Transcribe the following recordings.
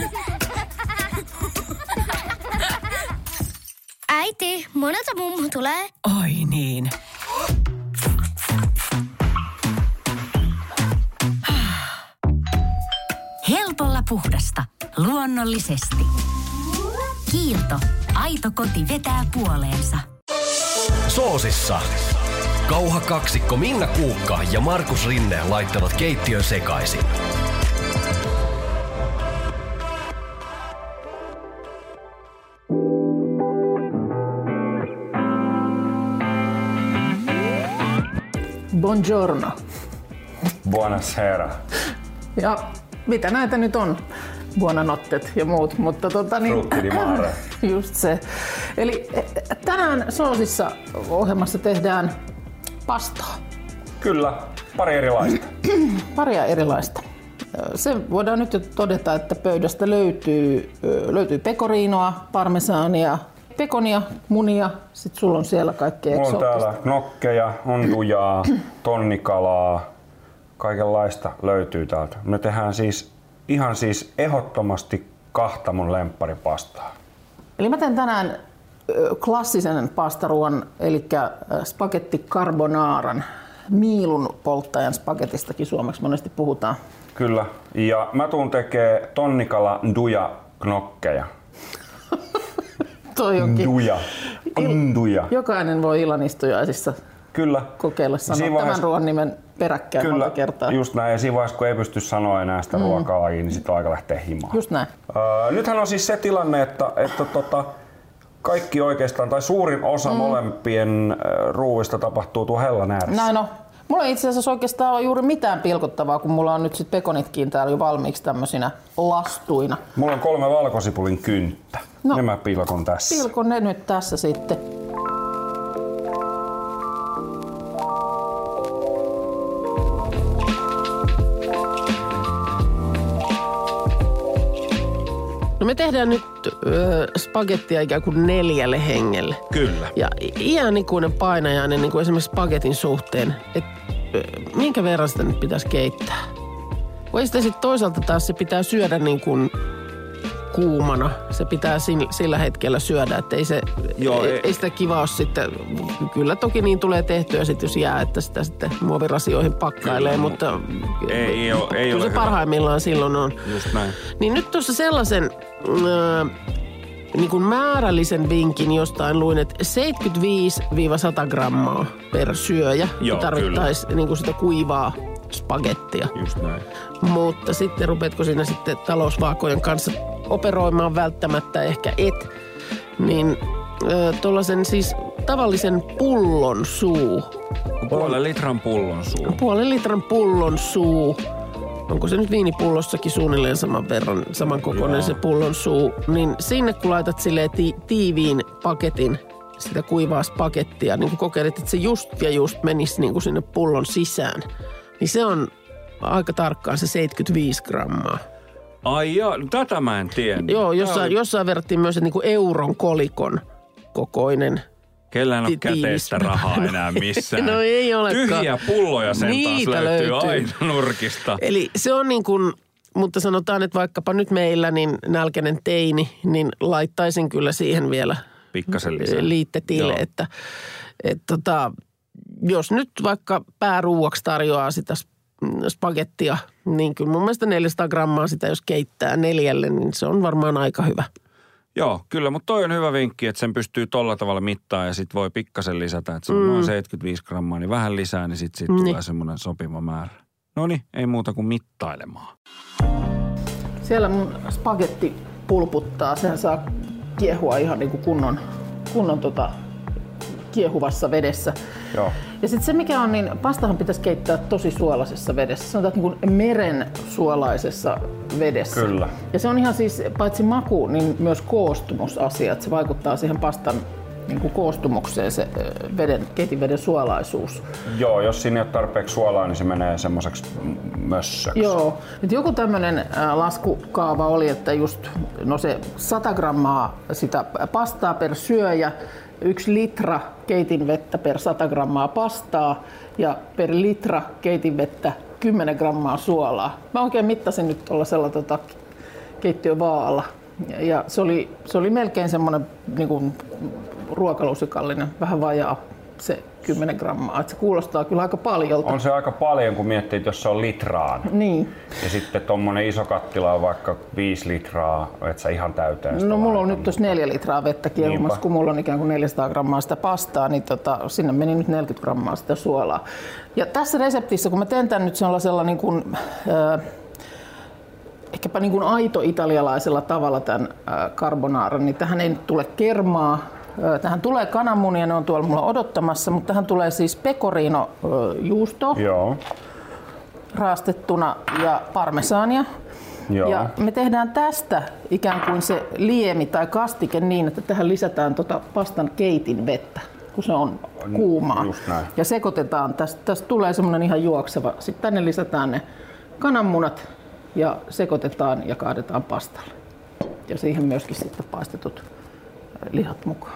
Äiti, monelta mummu tulee. Oi niin. Helpolla puhdasta. Luonnollisesti. Kiilto. Aito koti vetää puoleensa. Soosissa. Kauhakaksikko Minna Kuukka ja Markus Rinne laittavat keittiön sekaisin. Buongiorno. Buonasera. Ja mitä näitä nyt on? Buonanottet ja muut, mutta Frutti di mare. Just se. Eli tänään Soosissa ohjelmassa tehdään pastaa. Kyllä, pari erilaista. Paria erilaista. Se voidaan nyt jo todeta, että pöydästä löytyy pekoriinoa, parmesaania, pekonia, munia, sit sulla on siellä kaikkea eksoottista. Mulla on täällä nokkeja, ondujaa, tonnikalaa, kaikenlaista löytyy täältä. Me tehdään ihan ehdottomasti kahta mun lempparipastaa. Eli mä teen tänään klassisen pastaruon, eli spagetti carbonaran, miilun polttajan spagettistakin suomeksi monesti puhutaan. Kyllä, ja mä tuun tekee tonnikala nduja knokkeja. Toi onkin. Nduja. Jokainen voi illanistujaisissa Kyllä. kokeilla sanoa tämän ruoan nimen peräkkäin monta kertaa. Just näin. Ja siinä vaiheessa, kun ei pysty sanoa enää sitä ruokaa, niin sitten on aika lähteä himaan. Just näin. Nythän on siis se tilanne, että kaikki oikeastaan, tai suurin osa molempien ruuista tapahtuu tuo hellan ääressä. Näin on. Mulla ei itse asiassa oikeastaan ole juuri mitään pilkottavaa, kun mulla on nyt sit pekonitkin täällä jo valmiiksi tämmösinä lastuina. Mulla on 3 valkosipulin kynttä. Ne mä pilkon tässä. Pilkon ne nyt tässä sitten. No me tehdään nyt spagettia ikään kuin 4 hengelle. Kyllä. Ja iänikuinen painajainen niin kuin esimerkiksi spagetin suhteen, että minkä verran sitä nyt pitäisi keittää. Vai sitten toisaalta taas se pitää syödä niin kuin kuumana. Se pitää sillä hetkellä syödä, että ei sitä kiva ole sitten. Kyllä toki niin tulee tehtyä sitten, jos jää, että sitä sitten muovirasioihin pakkailee, kyllä, mutta ei kyllä ole se parhaimmillaan silloin on. Just näin. Niin nyt tuossa sellaisen niin kuin määrällisen vinkin jostain luin, että 75-100 grammaa per syöjä. Joo, tarvittaisiin niin kuin sitä kuivaa spagettia. Just näin. Mutta sitten rupeatko siinä sitten talousvaakojen kanssa operoimaan välttämättä ehkä niin tuollaisen siis tavallisen pullon suu. Puolen litran pullon suu. Puolen litran pullon suu. Onko se nyt viinipullossakin suunnilleen saman kokoinen se pullon suu, niin sinne kun laitat silleen tiiviin paketin, sitä kuivaa spagettia, niin kun kokeilet, että se just menisi niin kuin sinne pullon sisään, niin se on aika tarkkaan se 75 grammaa. Ai joo, tätä mä en tiedä. Joo, jossain verrattiin myös, että niin kuin euron kolikon kokoinen. Kellään on käteistä rahaa enää missään. No ei olekaan. Tyhjiä pulloja sen niitä taas löytyy aina nurkista. Eli se on niin kuin, mutta sanotaan, että vaikkapa nyt meillä niin nälkäinen teini, niin laittaisin kyllä siihen vielä pikkasen lisää liittetille, että jos nyt vaikka pääruuaksi tarjoaa sitä spagettia, niin kyllä mun mielestä 400 grammaa sitä jos keittää 4, niin se on varmaan aika hyvä. Joo, kyllä, mutta toi on hyvä vinkki, että sen pystyy tolla tavalla mittaan ja sit voi pikkasen lisätä, että se on noin 75 grammaa, niin vähän lisää, niin sit tulee semmoinen sopiva määrä. Noniin, ei muuta kuin mittailemaan. Siellä mun spagetti pulputtaa, sehän saa kiehua ihan niin kuin kunnon kiehuvassa vedessä. Joo. Ja sitten se mikä on, niin pastahan pitäisi keittää tosi suolaisessa vedessä. Sanotaan niin kuin meren suolaisessa vedessä. Kyllä. Ja se on ihan siis paitsi maku, niin myös koostumusasia. Se vaikuttaa siihen pastan niin kuin koostumukseen se keitinveden suolaisuus. Joo, jos siinä ei ole tarpeeksi suolaa, niin se menee semmoiseksi mössöksi. Joo. Nyt joku tämmöinen laskukaava oli, että just se 100 grammaa sitä pastaa per syöjä, 1 litra keitinvettä per 100 grammaa pastaa ja per litra keitinvettä 10 grammaa suolaa. Mä oikein mittasin nyt tuollaisella keittiövaalla. Ja se oli melkein semmoinen niin kuin ruokalusikallinen, vähän vajaa se 10 grammaa. Et se kuulostaa kyllä aika paljolta. On se aika paljon, kun miettii, että jos se on litraan. Niin. Ja sitten tommonen iso kattila on vaikka 5 litraa, et sä ihan täyteen sitä. No mulla on nyt tuossa 4 litraa vettä kielumassa, kun mulla on ikään kuin 400 grammaa sitä pastaa, niin sinne meni nyt 40 grammaa sitä suolaa. Ja tässä reseptissä, kun mä teen tän nyt sellaisella niin kuin, ehkäpä niin kuin aito italialaisella tavalla tämän carbonaaran, niin tähän ei nyt tule kermaa. Tähän tulee kananmunia, ne on tuolla mulla odottamassa, mutta tähän tulee siis pecorino juusto raastettuna ja parmesaania. Joo. Ja me tehdään tästä ikään kuin se liemi tai kastike niin, että tähän lisätään pastan keitin vettä, kun se on kuumaa. Ja sekoitetaan. Tästä tulee semmoinen ihan juokseva. Sitten tänne lisätään ne kananmunat ja sekoitetaan ja kaadetaan pastalle. Ja siihen myöskin sitten paistetut lihat mukaan.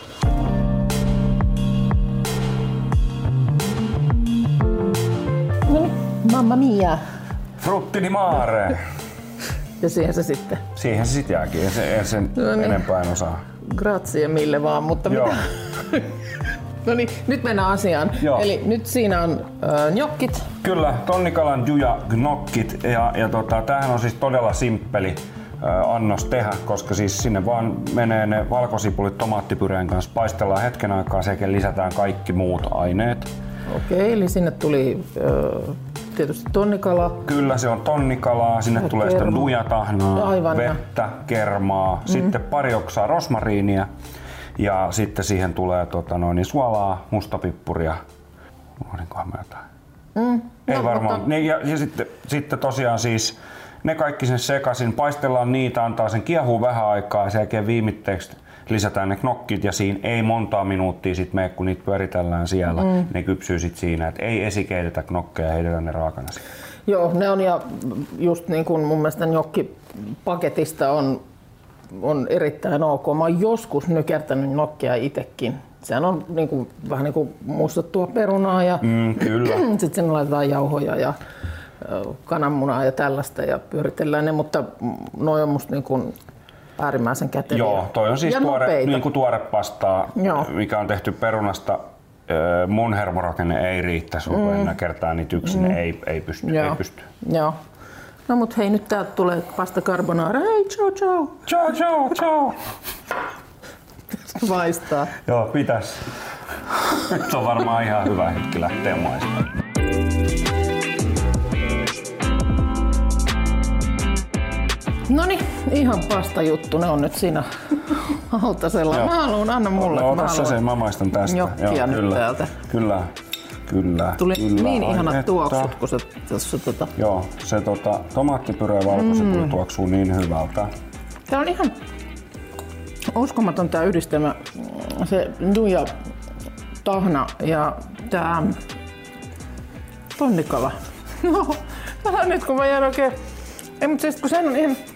No niin, mamma mia. Frutti di mare. Ja siihen se sitten. Siihen se sitten jääkin, ei sen enempää en osaa. Grazie mille vaan, mutta mitä? No niin, nyt mennään asiaan. Joo. Eli nyt siinä on gnokkit. Kyllä, tonnikalan juja gnokkit ja tämähän on siis todella simppeli annos tehdä, koska siis sinne vaan menee ne valkosipulit tomaattipyreen kanssa, paistellaan hetken aikaa, sekä lisätään kaikki muut aineet. Okei, eli sinne tuli tietysti tonnikala. Kyllä, se on tonnikalaa, sinne tulee sitten nujatahnaa, vettä, kermaa, sitten pari oksaa rosmariinia ja sitten siihen tulee suolaa, mustapippuria. Unohdinkohan mä jotain? Ei varmaan. Mutta... Ja sitten tosiaan siis ne kaikki sen sekaisin, paistellaan niitä, antaa sen kiehuu vähän aikaa ja sen jälkeen viimitteeksi lisätään ne knokkit ja siinä ei montaa minuuttia sit mene, kun niitä pyöritellään siellä. Ne kypsyy sit siinä, että ei esikeitetä knokkeja ja heitetään ne raakana. Joo, ne on ja just niin kuin mun mielestä gnokkipaketista on erittäin ok. Mä oon joskus nykertänyt gnokkeja itsekin. Sehän on niin kuin, vähän niin kuin mustattua perunaa ja sitten sinne laitetaan jauhoja ja kananmunaa ja tällaista ja pyöritellään ne, mutta noi on musta niin kuin äärimmäisen käteviä. Joo, toi on siis tuorepastaa, mikä on tehty perunasta. Mun hermorakenne ei riitä, sun enää kertaa niitä yksin, ei pysty. Joo. No mut hei, nyt täältä tulee pasta carbonara. Hei, ciao ciao! Ciao ciao ciao! Vaistaa. Joo, pitäis. Nyt on varmaan ihan hyvä hetki lähteä maistamaan. Noniin, ihan pastajuttu, ne on nyt siinä altasella. Mä haluun, anna mulle. No, tässä se, mä maistan tästä. Jokkia nyt kyllä, täältä. Kyllä. Tuli niin ihanat tuoksut, kun se tässä Joo, se tomaattipyree ja valkosipuli tuoksuu niin hyvältä. Tää on ihan uskomaton tää yhdistelmä. Se nuja, tahna ja tää tonnikala. No, nyt kun mä jään oikein... Ei, mutta siis kun sen on ihan...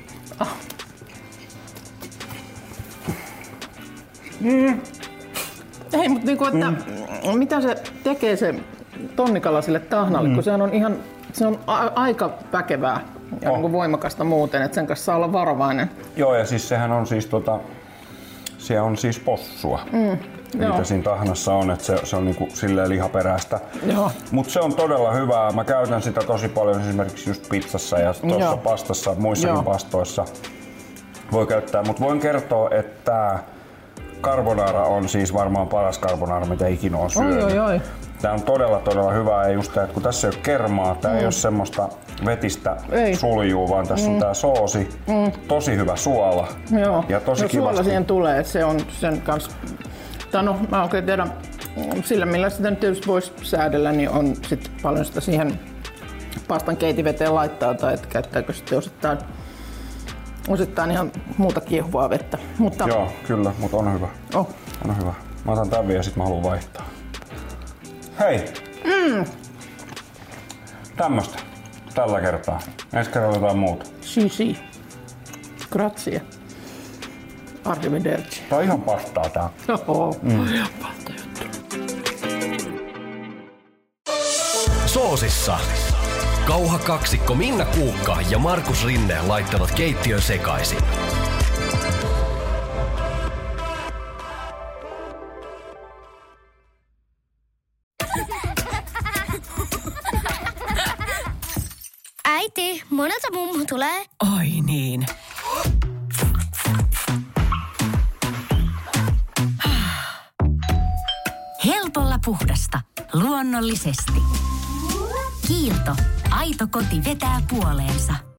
Ei, mutta niinku, että mitä se tekee se tonnikala sille tahnalle, kun sehän on ihan... Se on aika väkevää ja niin kuin voimakasta muuten, että sen kanssa saa olla varovainen. Joo, ja siis sehän on siis siellä on siis possua. Mitä siinä tahnassa on, että se on niinku silleen lihaperäistä. Mutta se on todella hyvää. Mä käytän sitä tosi paljon esimerkiksi just pizzassa ja tuossa pastassa, muissakin pastoissa voi käyttää. Mutta voin kertoa, että carbonara on siis varmaan paras carbonara, mitä ikinä on syönyt. Tää on todella hyvää ja just tää, että kun tässä ei ole kermaa, tää ei ole semmoista vetistä suljuu, vaan tässä on tää soosi, tosi hyvä suola ja tosi kivasti. Suola siihen tulee, että se on sen kanssa... No, mä oikein tiedä, sillä millä sitä nyt tietysti voisi säädellä, niin on sit paljon sitä siihen pastan keitiveteen laittaa tai että käyttääkö sitten osittain ihan muuta kiehuvaa vettä. Mutta... Joo, kyllä, mutta on hyvä. On hyvä. Mä otan tän vielä ja sit mä haluan vaihtaa. Hei! Tämmöstä tällä kertaa. Ensi kerralla jotain muuta. Si. Grazie. Arrivederci. Tää on ihan pastaa tää. Joo, ihan pasta juttu. Soosissa. Kauhakaksikko Minna Kuukka ja Markus Rinne laittavat keittiön sekaisin. Äiti, monelta mummu tulee? Oi niin. Helpolla puhdasta. Luonnollisesti. Kiilto. Aito koti vetää puoleensa.